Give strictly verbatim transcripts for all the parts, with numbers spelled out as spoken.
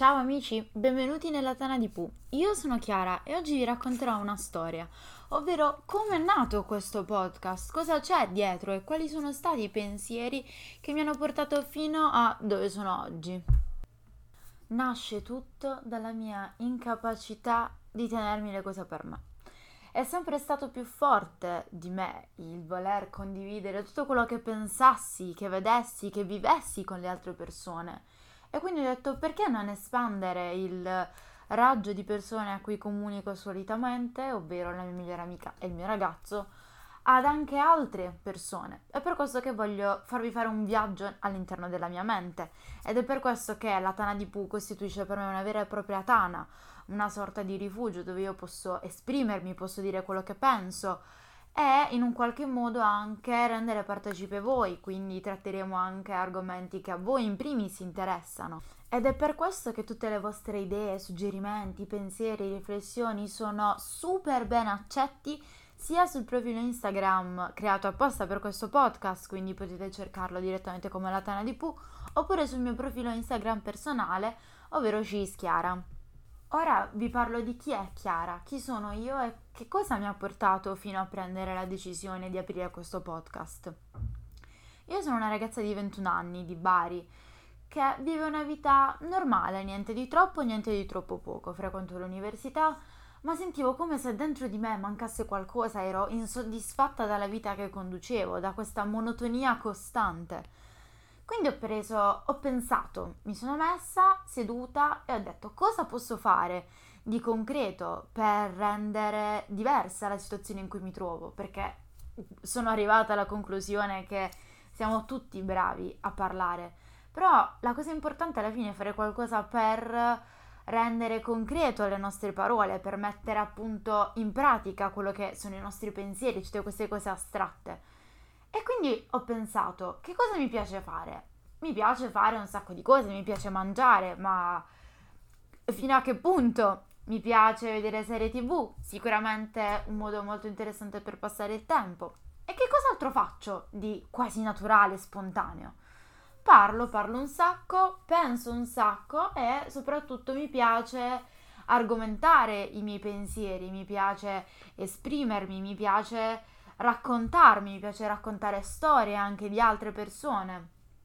Ciao amici, benvenuti nella Tana di Pooh. Io sono Chiara e oggi vi racconterò una storia, ovvero come è nato questo podcast, cosa c'è dietro e quali sono stati i pensieri che mi hanno portato fino a dove sono oggi. Nasce tutto dalla mia incapacità di tenermi le cose per me. È sempre stato più forte di me il voler condividere tutto quello che pensassi, che vedessi, che vivessi con le altre persone. E quindi ho detto, perché non espandere il raggio di persone a cui comunico solitamente, ovvero la mia migliore amica e il mio ragazzo, ad anche altre persone. È per questo che voglio farvi fare un viaggio all'interno della mia mente. Ed è per questo che la Tana di Pooh costituisce per me una vera e propria tana, una sorta di rifugio dove io posso esprimermi, posso dire quello che penso e in un qualche modo anche rendere partecipe voi, quindi tratteremo anche argomenti che a voi in primis interessano. Ed è per questo che tutte le vostre idee, suggerimenti, pensieri, riflessioni sono super ben accetti sia sul profilo Instagram creato apposta per questo podcast, quindi potete cercarlo direttamente come la Tana di Pooh, oppure sul mio profilo Instagram personale, ovvero Cis Chiara. Ora vi parlo di chi è Chiara, chi sono io e che cosa mi ha portato fino a prendere la decisione di aprire questo podcast. Io sono una ragazza di ventuno anni, di Bari, che vive una vita normale, niente di troppo, niente di troppo poco. Frequento l'università, ma sentivo come se dentro di me mancasse qualcosa, ero insoddisfatta dalla vita che conducevo, da questa monotonia costante. Quindi ho preso, ho pensato, mi sono messa seduta e ho detto cosa posso fare di concreto per rendere diversa la situazione in cui mi trovo, perché sono arrivata alla conclusione che siamo tutti bravi a parlare, però la cosa importante alla fine è fare qualcosa per rendere concreto le nostre parole, per mettere appunto in pratica quello che sono i nostri pensieri, tutte queste cose astratte. E quindi ho pensato, che cosa mi piace fare? Mi piace fare un sacco di cose, mi piace mangiare, ma fino a che punto? Mi piace vedere serie tv, sicuramente un modo molto interessante per passare il tempo. E che cos'altro faccio di quasi naturale, spontaneo? Parlo, parlo un sacco, penso un sacco e soprattutto mi piace argomentare i miei pensieri, mi piace esprimermi, mi piace raccontarmi, mi piace raccontare storie anche di altre persone.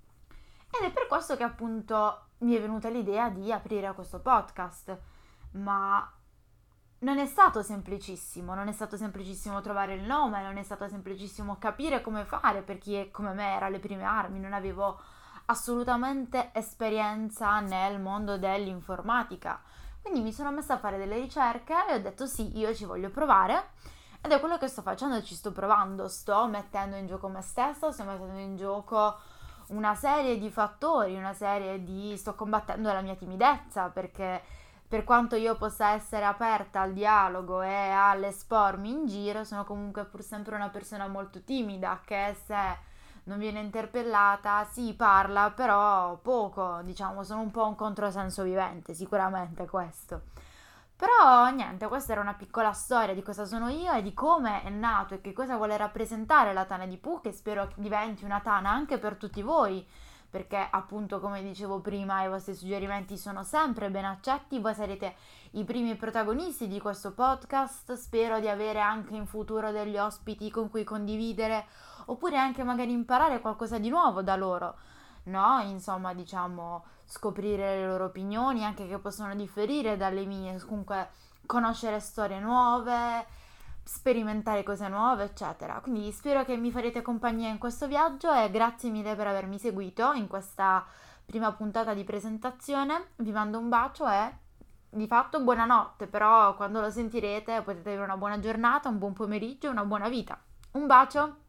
Ed è per questo che appunto mi è venuta l'idea di aprire questo podcast. Ma non è stato semplicissimo, non è stato semplicissimo trovare il nome, non è stato semplicissimo capire come fare per chi è come me era alle prime armi, non avevo assolutamente esperienza nel mondo dell'informatica. Quindi mi sono messa a fare delle ricerche e ho detto sì, io ci voglio provare. Ed è quello che sto facendo, ci sto provando, sto mettendo in gioco me stessa, sto mettendo in gioco una serie di fattori, una serie di... sto combattendo la mia timidezza, perché per quanto io possa essere aperta al dialogo e all'espormi in giro, sono comunque pur sempre una persona molto timida che se non viene interpellata sì parla, però poco, diciamo, sono un po' un controsenso vivente, sicuramente questo. Però niente, questa era una piccola storia di cosa sono io e di come è nato e che cosa vuole rappresentare la Tana di Pooh, che spero diventi una tana anche per tutti voi, perché appunto come dicevo prima i vostri suggerimenti sono sempre ben accetti, voi sarete i primi protagonisti di questo podcast, spero di avere anche in futuro degli ospiti con cui condividere oppure anche magari imparare qualcosa di nuovo da loro, no? Insomma, diciamo, scoprire le loro opinioni, anche che possono differire dalle mie, comunque conoscere storie nuove, sperimentare cose nuove, eccetera. Quindi spero che mi farete compagnia in questo viaggio e grazie mille per avermi seguito in questa prima puntata di presentazione. Vi mando un bacio e di fatto buonanotte, però quando lo sentirete potete avere una buona giornata, un buon pomeriggio, una buona vita. Un bacio!